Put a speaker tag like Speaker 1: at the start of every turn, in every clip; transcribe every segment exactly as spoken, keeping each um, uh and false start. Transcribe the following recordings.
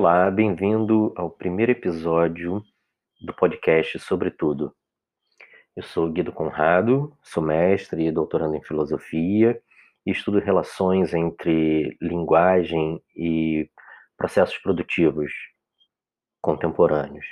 Speaker 1: Olá, bem-vindo ao primeiro episódio do podcast Sobre Tudo. Eu sou Guido Conrado, sou mestre e doutorando em filosofia e estudo relações entre linguagem e processos produtivos contemporâneos.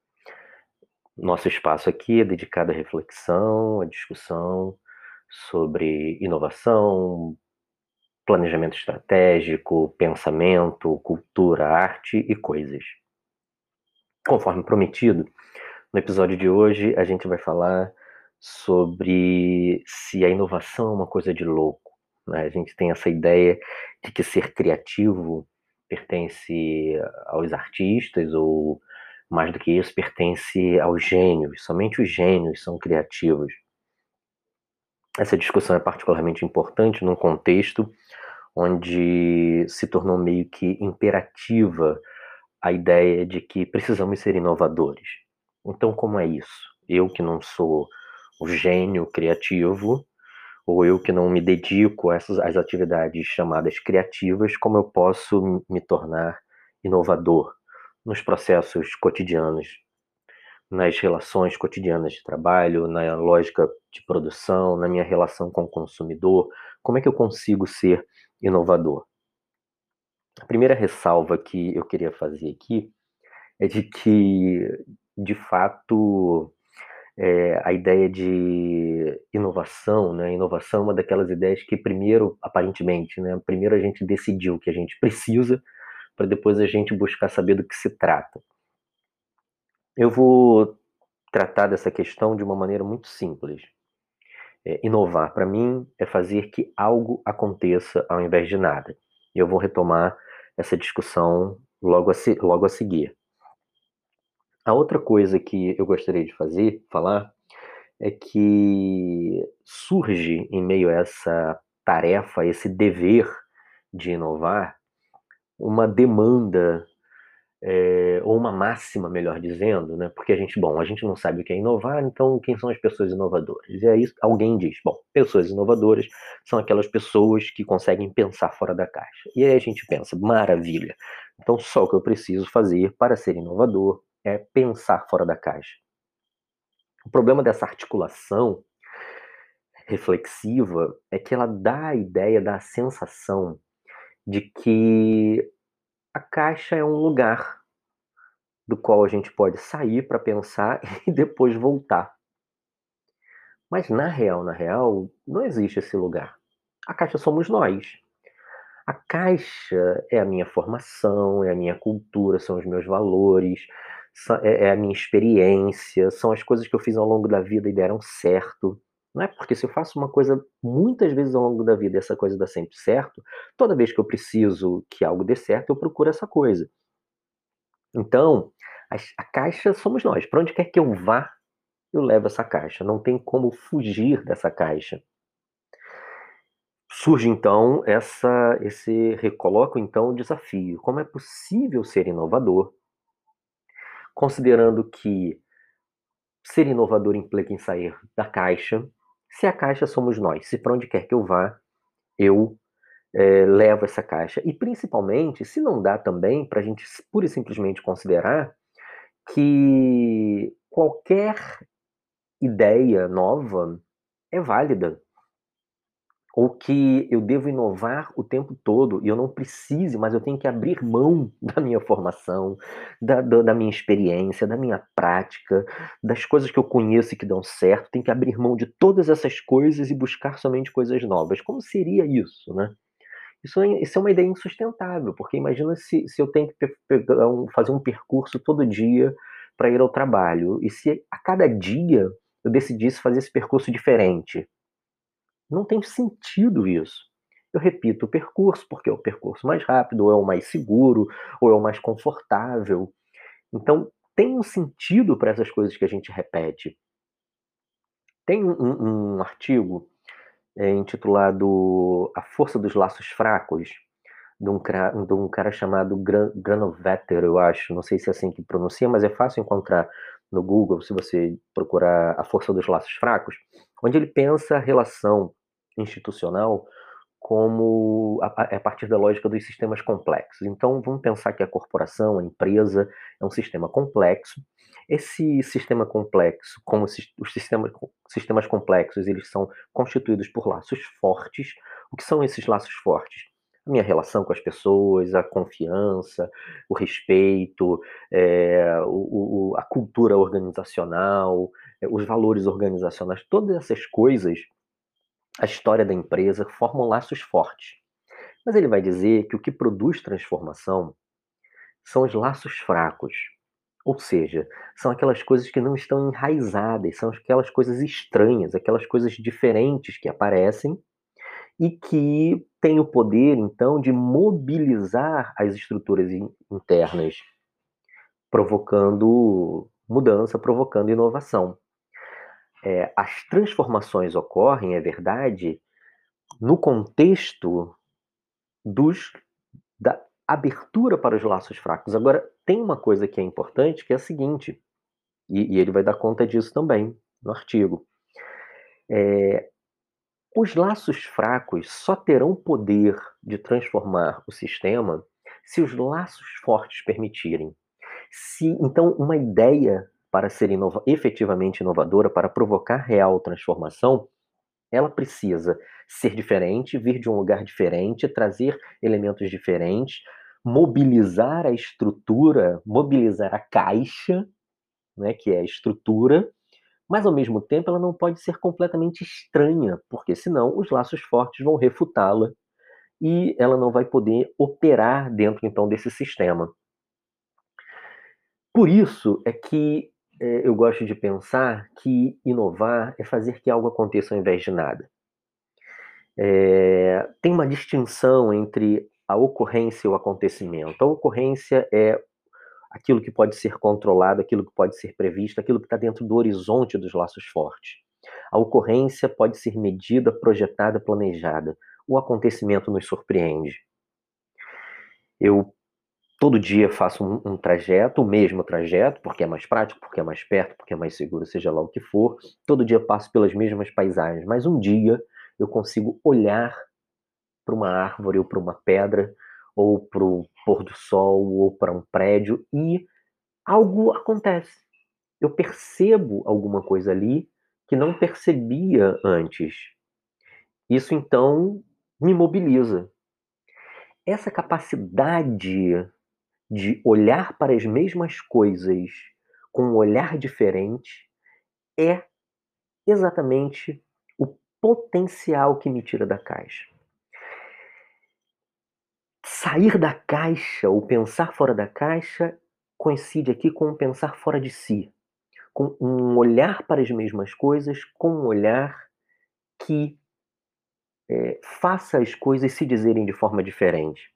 Speaker 1: Nosso espaço aqui é dedicado à reflexão, à discussão sobre inovação, planejamento estratégico, pensamento, cultura, arte e coisas. Conforme prometido, no episódio de hoje a gente vai falar sobre se a inovação é uma coisa de louco, né? A gente tem essa ideia de que ser criativo pertence aos artistas ou, mais do que isso, pertence aos gênios. Somente os gênios são criativos. Essa discussão é particularmente importante num contexto onde se tornou meio que imperativa a ideia de que precisamos ser inovadores. Então, como é isso? Eu que não sou o gênio criativo, ou eu que não me dedico a essas às atividades chamadas criativas, como eu posso me tornar inovador nos processos cotidianos, nas relações cotidianas de trabalho, na lógica de produção, na minha relação com o consumidor? Como é que eu consigo ser inovador? A primeira ressalva que eu queria fazer aqui é de que, de fato, é, a ideia de inovação, né? Inovação é uma daquelas ideias que primeiro, aparentemente, né? Primeiro a gente decidiu que a gente precisa, para depois a gente buscar saber do que se trata. Eu vou tratar dessa questão de uma maneira muito simples. É, inovar, para mim, é fazer que algo aconteça ao invés de nada. E eu vou retomar essa discussão logo a, se, logo a seguir. A outra coisa que eu gostaria de fazer, falar, é que surge em meio a essa tarefa, esse dever de inovar, uma demanda, é, ou uma máxima, melhor dizendo, né? Porque a gente, bom, a gente não sabe o que é inovar, então quem são as pessoas inovadoras? E aí alguém diz, bom, pessoas inovadoras são aquelas pessoas que conseguem pensar fora da caixa. E aí a gente pensa, maravilha, então só o que eu preciso fazer para ser inovador é pensar fora da caixa. O problema dessa articulação reflexiva é que ela dá a ideia, dá a sensação de que a caixa é um lugar do qual a gente pode sair para pensar e depois voltar. Mas na real, na real, não existe esse lugar. A caixa somos nós. A caixa é a minha formação, é a minha cultura, são os meus valores, é a minha experiência, são as coisas que eu fiz ao longo da vida e deram certo. Não é porque se eu faço uma coisa muitas vezes ao longo da vida e essa coisa dá sempre certo, toda vez que eu preciso que algo dê certo, eu procuro essa coisa. Então, a, a caixa somos nós. Para onde quer que eu vá, eu levo essa caixa. Não tem como fugir dessa caixa. Surge então essa, esse recoloco então o desafio. Como é possível ser inovador, considerando que ser inovador implica em sair da caixa, se a caixa somos nós, se para onde quer que eu vá, eu é, levo essa caixa. E principalmente, se não dá também para a gente pura e simplesmente considerar que qualquer ideia nova é válida, ou que eu devo inovar o tempo todo e eu não precise, mas eu tenho que abrir mão da minha formação, da, da, da minha experiência, da minha prática, das coisas que eu conheço e que dão certo, tenho que abrir mão de todas essas coisas e buscar somente coisas novas. Como seria isso, né? Isso é, isso é uma ideia insustentável, porque imagina se, se eu tenho que pegar um, fazer um percurso todo dia para ir ao trabalho, e se a cada dia eu decidisse fazer esse percurso diferente. Não tem sentido isso. Eu repito o percurso, porque é o percurso mais rápido, ou é o mais seguro, ou é o mais confortável. Então, tem um sentido para essas coisas que a gente repete. Tem um, um, um artigo é, intitulado A Força dos Laços Fracos, de um, de um cara chamado Gran, Granovetter, eu acho. Não sei se é assim que pronuncia, mas é fácil encontrar no Google, se você procurar A Força dos Laços Fracos, onde ele pensa a relação institucional como a, a, a partir da lógica dos sistemas complexos. Então, vamos pensar que a corporação, a empresa, é um sistema complexo. Esse sistema complexo, como os sistemas, sistemas complexos, eles são constituídos por laços fortes. O que são esses laços fortes? A minha relação com as pessoas, a confiança, o respeito, é, o, o, a cultura organizacional, é, os valores organizacionais, todas essas coisas, a história da empresa, formam laços fortes. Mas ele vai dizer que o que produz transformação são os laços fracos. Ou seja, são aquelas coisas que não estão enraizadas, são aquelas coisas estranhas, aquelas coisas diferentes que aparecem e que têm o poder, então, de mobilizar as estruturas internas, provocando mudança, provocando inovação. É, as transformações ocorrem, é verdade, no contexto dos, da abertura para os laços fracos. Agora, tem uma coisa que é importante, que é a seguinte, e, e ele vai dar conta disso também no artigo. É, os laços fracos só terão poder de transformar o sistema se os laços fortes permitirem. Se, então, uma ideia para ser inova- efetivamente inovadora, para provocar real transformação, ela precisa ser diferente, vir de um lugar diferente, trazer elementos diferentes, mobilizar a estrutura, mobilizar a caixa, né, que é a estrutura, mas ao mesmo tempo ela não pode ser completamente estranha, porque senão os laços fortes vão refutá-la e ela não vai poder operar dentro então desse sistema. Por isso é que é, eu gosto de pensar que inovar é fazer que algo aconteça ao invés de nada. É, tem uma distinção entre a ocorrência e o acontecimento. A ocorrência é aquilo que pode ser controlado, aquilo que pode ser previsto, aquilo que está dentro do horizonte dos laços fortes. A ocorrência pode ser medida, projetada, planejada. O acontecimento nos surpreende. Eu todo dia faço um, um trajeto, o mesmo trajeto, porque é mais prático, porque é mais perto, porque é mais seguro, seja lá o que for. Todo dia passo pelas mesmas paisagens, mas um dia eu consigo olhar para uma árvore ou para uma pedra, ou para o pôr do sol, ou para um prédio, e algo acontece. Eu percebo alguma coisa ali que não percebia antes. Isso então me mobiliza. Essa capacidade de olhar para as mesmas coisas com um olhar diferente é exatamente o potencial que me tira da caixa. Sair da caixa ou pensar fora da caixa coincide aqui com pensar fora de si, com um olhar para as mesmas coisas, com um olhar que é, faça as coisas se dizerem de forma diferente.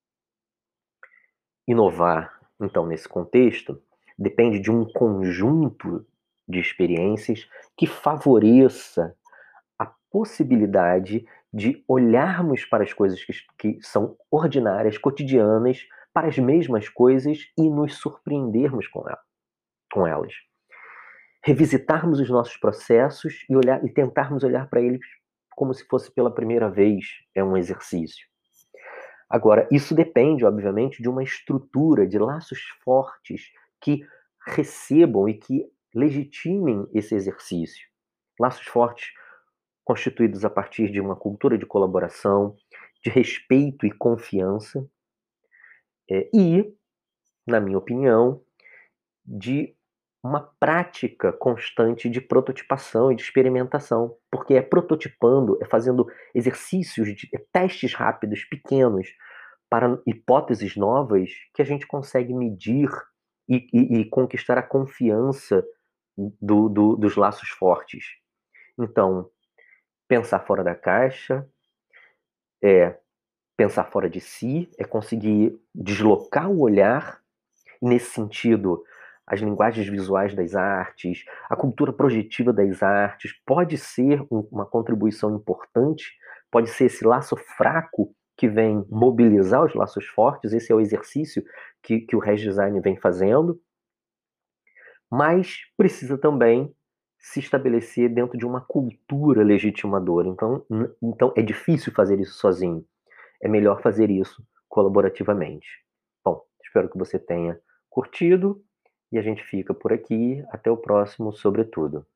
Speaker 1: Inovar, então, nesse contexto, depende de um conjunto de experiências que favoreça a possibilidade de olharmos para as coisas que, que são ordinárias, cotidianas, para as mesmas coisas e nos surpreendermos com, ela, com elas. Revisitarmos os nossos processos e, olhar, e tentarmos olhar para eles como se fosse pela primeira vez, é um exercício. Agora, isso depende, obviamente, de uma estrutura, de laços fortes que recebam e que legitimem esse exercício. Laços fortes constituídos a partir de uma cultura de colaboração, de respeito e confiança, é, e, na minha opinião, de uma prática constante de prototipação e de experimentação, porque é prototipando, é fazendo exercícios, de, é testes rápidos, pequenos, para hipóteses novas, que a gente consegue medir e, e, e conquistar a confiança do, do, dos laços fortes. Então, pensar fora da caixa é pensar fora de si, é conseguir deslocar o olhar, e nesse sentido, as linguagens visuais das artes, a cultura projetiva das artes, pode ser um, uma contribuição importante, pode ser esse laço fraco que vem mobilizar os laços fortes, esse é o exercício que, que o Res Design vem fazendo, mas precisa também se estabelecer dentro de uma cultura legitimadora. Então, n então é difícil fazer isso sozinho. É melhor fazer isso colaborativamente. Bom, espero que você tenha curtido e a gente fica por aqui. Até o próximo Sobretudo.